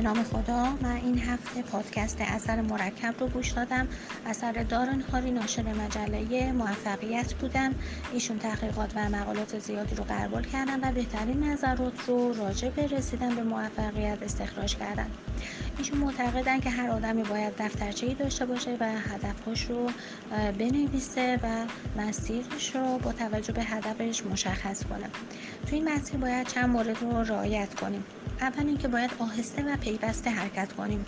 نام خدا. من این هفته پادکست اثر مرکب رو گوش دادم. اثر دارن هاری ناشر مجله موفقیت بودن. ایشون تحقیقات و مقالات زیادی رو غربال کردن و بهترین نظرات رو راجع به رسیدن به موفقیت استخراج کردن. ایشون معتقدن که هر آدمی باید دفترچه‌ای داشته باشه و هدفش رو بنویسه و مسیرش رو با توجه به هدفش مشخص کنه. توی این مسیر باید چند مورد رو رعایت کنیم. اول اینکه باید آهسته و پیوسته حرکت کنیم.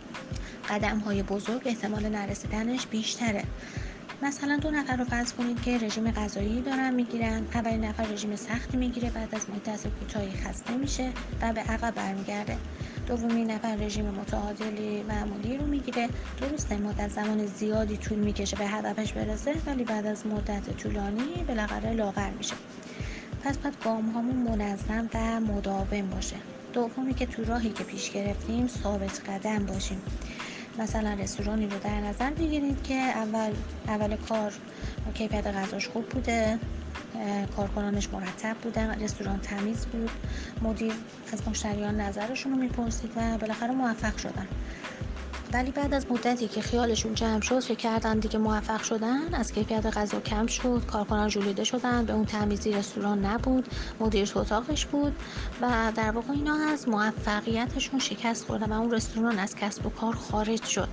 قدم‌های بزرگ احتمال نرسیدنش بیشتره. مثلا 2 نفر رو فرض کنید که رژیم غذایی دارن میگیرن. اولین نفر رژیم سختی میگیره، بعد از مدت کوتاهی خسته میشه و به عقب برمیگرده. دومین نفر رژیم متعادلی معمولی رو میگیره. درسته مدت زمان زیادی طول میکشه به هدفش برسه، ولی بعد از مدت طولانی بالاخره لاغر میشه. پس باید گام هامون منظم و مداوم باشه. دومی که تو راهی که پیش گرفتیم ثابت قدم باشیم. مثلا رستورانی رو در نظر بگیرید که اول کار کیفیت غذاش خوب بوده، کارکنانش مرتب بودن، رستوران تمیز بود، مدیر از مشتریان نظرشون رو میپرسید و بالاخره موفق شدن. ولی بعد از مدتی که خیالشون جمع شد، فکر کردن دیگه موفق شدن، از کیفیت غذا کم شد، کارکنان ژولیده شدن، به اون تمیزی رستوران نبود، مدیر تو اتاقش بود و در واقع اینا از موفقیتشون شکست خوردن و اون رستوران از کسب و کار خارج شد.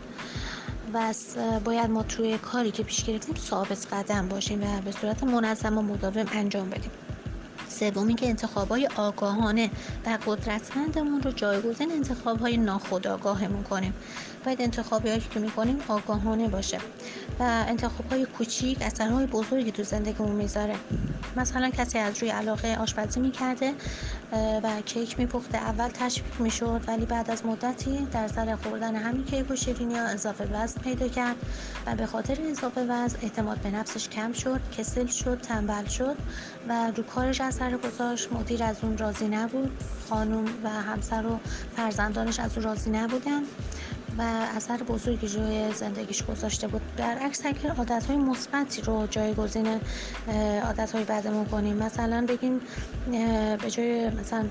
و باید ما توی کاری که پیش گرفتیم ثابت قدم باشیم و به صورت منظم و مداوم انجام بدیم. سومی که انتخاب‌های آگاهانه و قدرتمندمون رو جایگزین انتخاب‌های ناخودآگاهمون کنیم. باید انتخابی که می‌کنیم آگاهانه باشه و انتخاب‌های کوچیک اثرهای بزرگی تو زندگیمون میذاره. مثلا کسی از روی علاقه آشپزی می‌کرده و کیک می‌پخته، اول تشویق می‌شد، ولی بعد از مدتی در سر خوردن همین کیک و شیرینی‌ها اضافه وزن پیدا کرد و به خاطر اضافه وزن اعتماد به نفسش کم شد، کسل شد، تنبل شد و رو کارش اثر گذاشت. مدیر از اون راضی نبود، خانم و همسر و فرزندانش از اون راضی نبودن و اثر بزرگی روی زندگیش گذاشته بود. برعکس اگر عادت‌های مثبتی رو جایگزین عادت‌های بدمون کنیم، مثلا بگیم به جای مثلا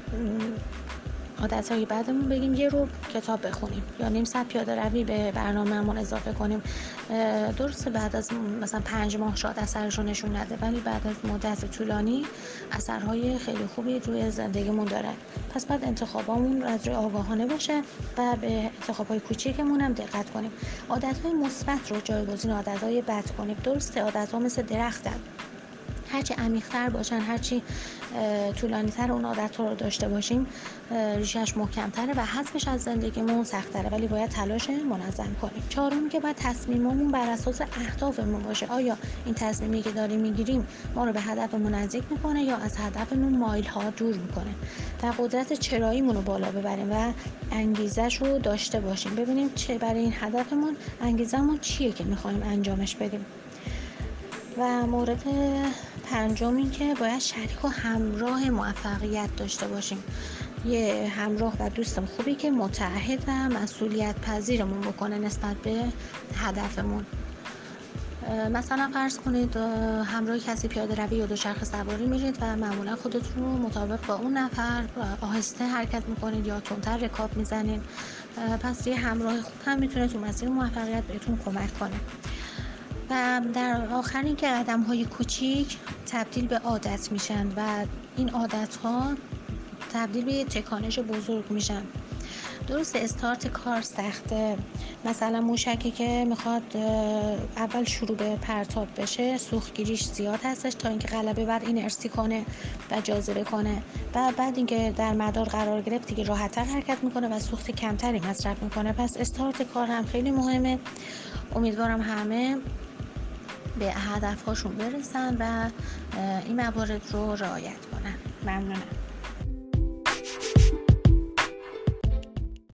عادت‌های بعدمون بگیم یه رو کتاب بخونیم یا نیم ساعت پیاده روی به برنامه‌مون اضافه کنیم. درسته بعد از مثلا 5 ماه شاید اثرش رو نشون نده، ولی بعد از مدت طولانی اثرهای خیلی خوبی روی زندگیمون داره. پس باید انتخابامون از روی آگاهانه باشه و به انتخاب‌های کوچیکمون هم دقت کنیم. عادت‌های مثبت رو جایگزین عادت‌های بد کنیم. درسته عادت‌ها مثل درختن، هرچی عمیق‌تر باشن، هرچی طولانی‌تر اون عادت‌ها رو داشته باشیم، ریشه‌اش محکم‌تره و حذفش از زندگیمون سخت‌تره، ولی باید تلاش منظم کنیم. چهارمی که باید تصمیممون بر اساس اهدافمون باشه. آیا این تصمیمی که داریم میگیریم ما رو به هدفمون نزدیک میکنه یا از هدفمون مایل‌ها دور میکنه؟ و قدرت چراییمون رو بالا ببریم و انگیزش رو داشته باشیم. ببینیم چه برای این هدفمون انگیزمون چیه که می‌خوایم انجامش بدیم. و مورد پنجم این که باید شریک و همراه موفقیت داشته باشیم. یه همراه و دوست خوبی که متعهد و مسئولیت پذیرمون بکنه نسبت به هدفمون. مثلا فرض کنید همراه کسی پیاده روی یا دوچرخه سواری میرید و معمولا خودتون رو مطابق با اون نفر آهسته حرکت میکنید یا تندتر رکاب میزنید. پس یه همراه خوب هم میتونه تو مسیر موفقیت بهتون کمک کنه. و در آخر این که قدم‌های کوچیک تبدیل به عادت میشن و این عادت‌ها تبدیل به تکانش بزرگ میشن. درست استارت کار سخته. مثلا موشکی که میخواد اول شروع به پرتاب بشه، سوختگیریش زیاد هستش تا اینکه غلبه بر اینرسی کنه و جاذبه کنه و بعد اینکه در مدار قرار گرفت دیگه راحت‌تر حرکت میکنه و سوخت کمتری مصرف میکنه. پس استارت کار هم خیلی مهمه. امیدوارم همه به هدف‌هاشون برسن و این موارد رو رعایت کنن. ممنونم.